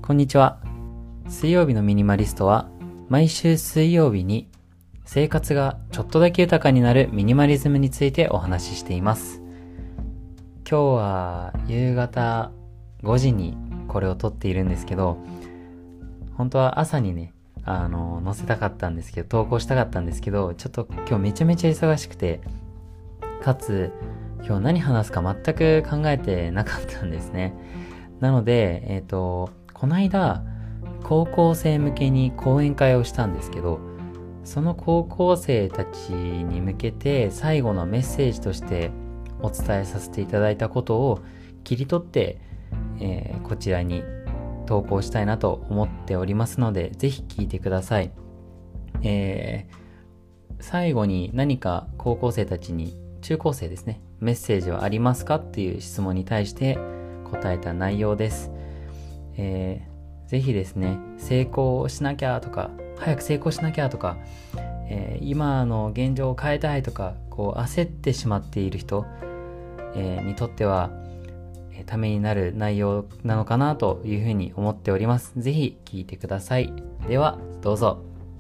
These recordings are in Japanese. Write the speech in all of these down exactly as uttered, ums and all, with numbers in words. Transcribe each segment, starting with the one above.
こんにちは。水曜日のミニマリストは毎週水曜日に生活がちょっとだけ豊かになるミニマリズムについてお話ししています。今日は夕方ごじにこれを撮っているんですけど、本当は朝にね、あの、載せたかったんですけど、投稿したかったんですけど、ちょっと今日めちゃめちゃ忙しくて、かつ今日何話すか全く考えてなかったんですね。なので、えっと、この間、高校生向けに講演会をしたんですけど、その高校生たちに向けて最後のメッセージとしてお伝えさせていただいたことを切り取って、えーこちらに投稿したいなと思っておりますので、ぜひ聞いてください。えー最後に何か高校生たちに、中高生ですね、メッセージはありますかっていう質問に対して答えた内容です。えーぜひですね、成功しなきゃとか、早く成功しなきゃとか、えー今の現状を変えたいとか、こう焦ってしまっている人、えーにとっては、えーためになる内容なのかなというふうに思っております。ぜひ聞いてください。では、どうぞ。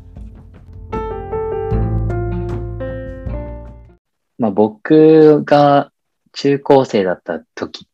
まあ、僕が中高生だった時って、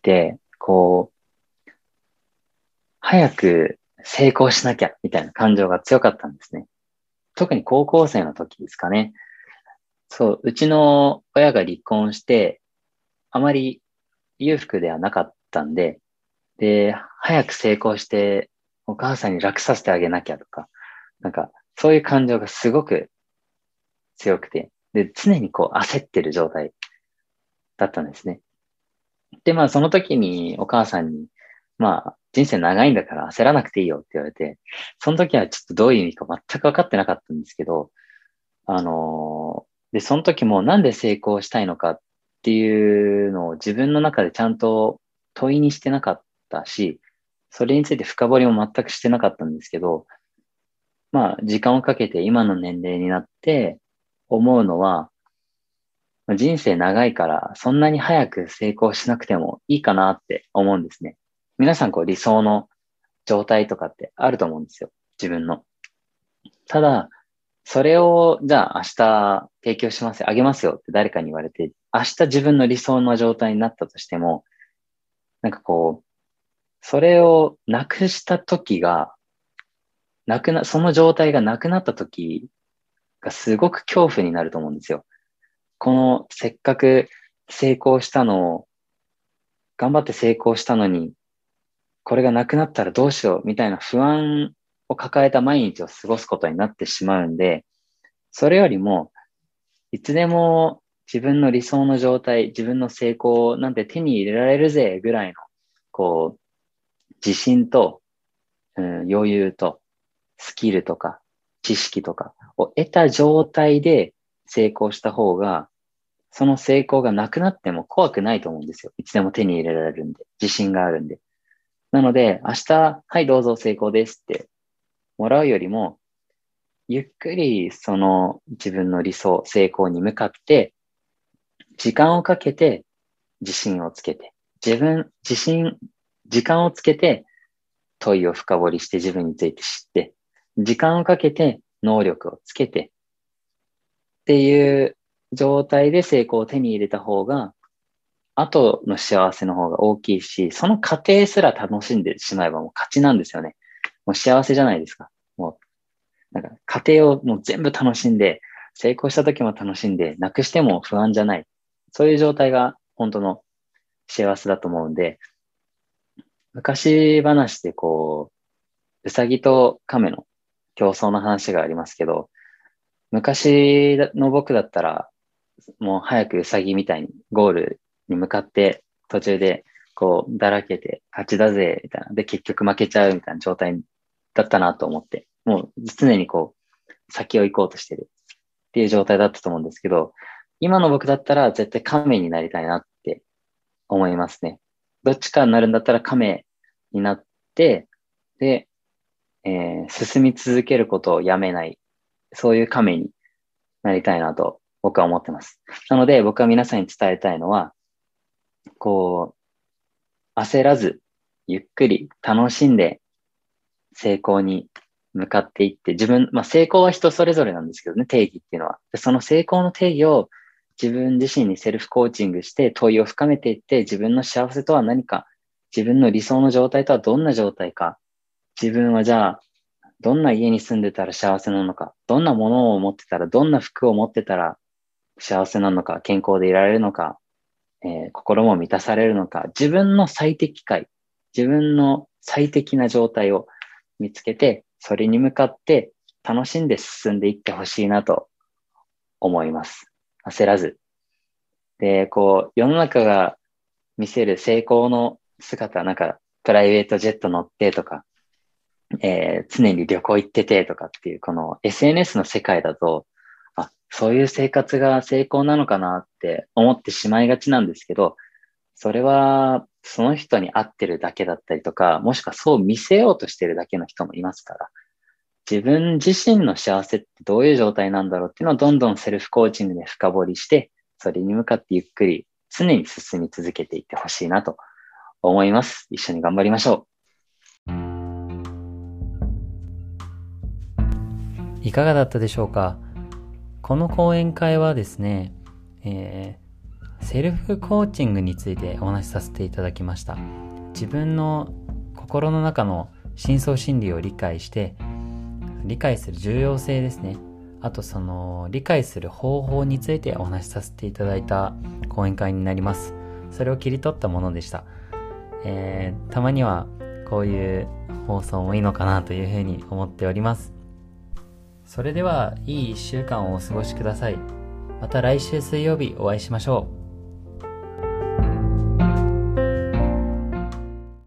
こう、早く成功しなきゃみたいな感情が強かったんですね。特に高校生の時ですかね。そう、うちの親が離婚して、あまり裕福ではなかったんで、で、早く成功してお母さんに楽させてあげなきゃとか、なんか、そういう感情がすごく強くて、で、常にこう焦ってる状態だったんですね。で、まあ、その時にお母さんに、まあ、人生長いんだから焦らなくていいよって言われて、その時はちょっとどういう意味か全く分かってなかったんですけど、あのーで、その時もなんで成功したいのかっていうのを自分の中でちゃんと問いにしてなかったし、それについて深掘りも全くしてなかったんですけど、まあ、時間をかけて今の年齢になって思うのは、まあ人生長いから、そんなに早く成功しなくてもいいかなって思うんですね。皆さん、こう、理想の状態とかってあると思うんですよ。自分の。ただ、それを、じゃあ明日提供しますよ、あげますよって誰かに言われて、明日自分の理想の状態になったとしても、なんかこう、それをなくした時が、なくな、その状態がなくなった時がすごく恐怖になると思うんですよ。この、せっかく成功したのを、頑張って成功したのに、これがなくなったらどうしようみたいな不安を抱えた毎日を過ごすことになってしまうんで、それよりも、いつでも自分の理想の状態、自分の成功なんて手に入れられるぜぐらいの、こう、自信と、うん、余裕と、スキルとか、知識とかを得た状態で成功した方が、その成功がなくなっても怖くないと思うんですよ。いつでも手に入れられるんで、自信があるんで。なので、明日、はい、どうぞ成功ですってもらうよりも、ゆっくりその自分の理想、成功に向かって、時間をかけて自信をつけて、自分、自信、時間をつけて問いを深掘りして自分について知って、時間をかけて能力をつけてっていう状態で成功を手に入れた方が、後の幸せの方が大きいし、その過程すら楽しんでしまえばもう勝ちなんですよね。もう幸せじゃないですか。もう、なんか過程をもう全部楽しんで、成功した時も楽しんで、なくしても不安じゃない。そういう状態が本当の幸せだと思うんで、昔話でこう、うさぎと亀の競争の話がありますけど、昔の僕だったら、もう早くうさぎみたいにゴールに向かって途中でこうだらけて勝ちだぜみたいな。で結局負けちゃうみたいな状態だったなと思って、もう常にこう先を行こうとしてるっていう状態だったと思うんですけど、今の僕だったら絶対亀になりたいなって思いますね。どっちかになるんだったら亀になって、で、えー進み続けることをやめない。そういう亀になりたいなと僕は思ってます。なので僕は皆さんに伝えたいのは、こう、焦らず、ゆっくり楽しんで成功に向かっていって、自分、まあ成功は人それぞれなんですけどね、定義っていうのは。でその成功の定義を自分自身にセルフコーチングして問いを深めていって、自分の幸せとは何か、自分の理想の状態とはどんな状態か、自分はじゃあ、どんな家に住んでたら幸せなのか、どんなものを持ってたら、どんな服を持ってたら幸せなのか、健康でいられるのか、えー心も満たされるのか、自分の最適解、自分の最適な状態を見つけて、それに向かって楽しんで進んでいってほしいなと思います。焦らず。で、こう、世の中が見せる成功の姿、なんか、プライベートジェット乗ってとか、えー常に旅行行っててとかっていう、この エスエヌエス の世界だと、あ、そういう生活が成功なのかなって思ってしまいがちなんですけど、それはその人に合ってるだけだったりとか、もしくはそう見せようとしてるだけの人もいますから、自分自身の幸せってどういう状態なんだろうっていうのをどんどんセルフコーチングで深掘りして、それに向かってゆっくり常に進み続けていってほしいなと思います。一緒に頑張りましょいかがだったでしょうか。この講演会はですね、えーセルフコーチングについてお話しさせていただきました。自分の心の中の深層心理を理解して、理解する重要性ですね。あとその理解する方法についてお話しさせていただいた講演会になります。それを切り取ったものでした。えー、たまにはこういう放送もいいのかなというふうに思っております。それではいい一週間をお過ごしください。また来週水曜日お会いしましょう。